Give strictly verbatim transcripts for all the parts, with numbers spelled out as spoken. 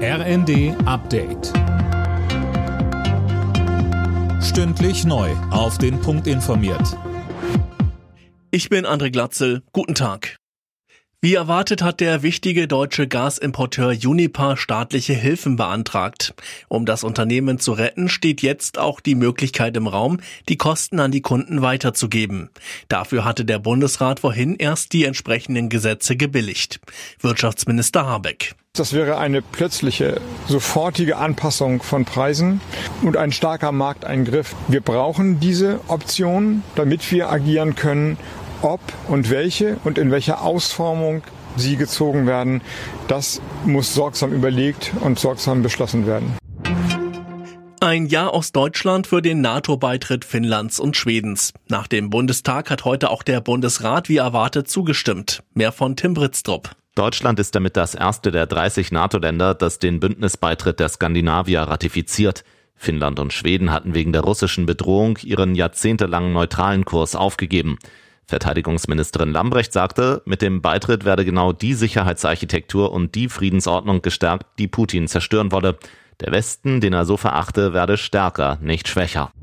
R N D Update. Stündlich neu auf den Punkt informiert. Ich bin André Glatzel. Guten Tag. Wie erwartet hat der wichtige deutsche Gasimporteur Uniper staatliche Hilfen beantragt. Um das Unternehmen zu retten, steht jetzt auch die Möglichkeit im Raum, die Kosten an die Kunden weiterzugeben. Dafür hatte der Bundesrat vorhin erst die entsprechenden Gesetze gebilligt. Wirtschaftsminister Habeck. Das wäre eine plötzliche, sofortige Anpassung von Preisen und ein starker Markteingriff. Wir brauchen diese Option, damit wir agieren können. Ob und welche und in welcher Ausformung sie gezogen werden, das muss sorgsam überlegt und sorgsam beschlossen werden. Ein Ja aus Deutschland für den NATO-Beitritt Finnlands und Schwedens. Nach dem Bundestag hat heute auch der Bundesrat wie erwartet zugestimmt. Mehr von Tim Britztrup. Deutschland ist damit das erste der dreißig NATO-Länder, das den Bündnisbeitritt der Skandinavier ratifiziert. Finnland und Schweden hatten wegen der russischen Bedrohung ihren jahrzehntelangen neutralen Kurs aufgegeben. Verteidigungsministerin Lambrecht sagte, mit dem Beitritt werde genau die Sicherheitsarchitektur und die Friedensordnung gestärkt, die Putin zerstören wolle. Der Westen, den er so verachte, werde stärker, nicht schwächer.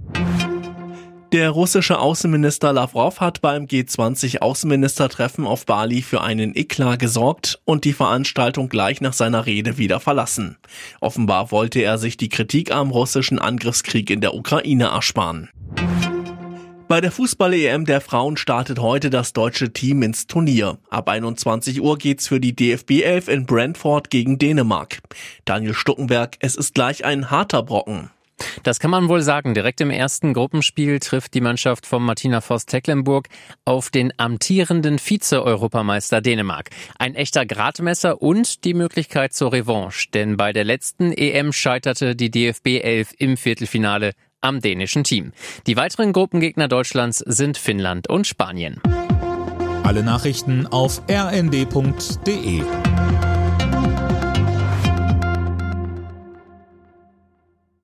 Der russische Außenminister Lavrov hat beim G zwanzig Außenministertreffen auf Bali für einen Eklat gesorgt und die Veranstaltung gleich nach seiner Rede wieder verlassen. Offenbar wollte er sich die Kritik am russischen Angriffskrieg in der Ukraine ersparen. Bei der Fußball-E M der Frauen startet heute das deutsche Team ins Turnier. Ab einundzwanzig Uhr geht's für die D F B elf in Brentford gegen Dänemark. Daniel Stuckenberg, es ist gleich ein harter Brocken. Das kann man wohl sagen. Direkt im ersten Gruppenspiel trifft die Mannschaft von Martina Voss-Tecklenburg auf den amtierenden Vize-Europameister Dänemark. Ein echter Gradmesser und die Möglichkeit zur Revanche. Denn bei der letzten E M scheiterte die D F B elf im Viertelfinale am dänischen Team. Die weiteren Gruppengegner Deutschlands sind Finnland und Spanien. Alle Nachrichten auf r n d punkt d e.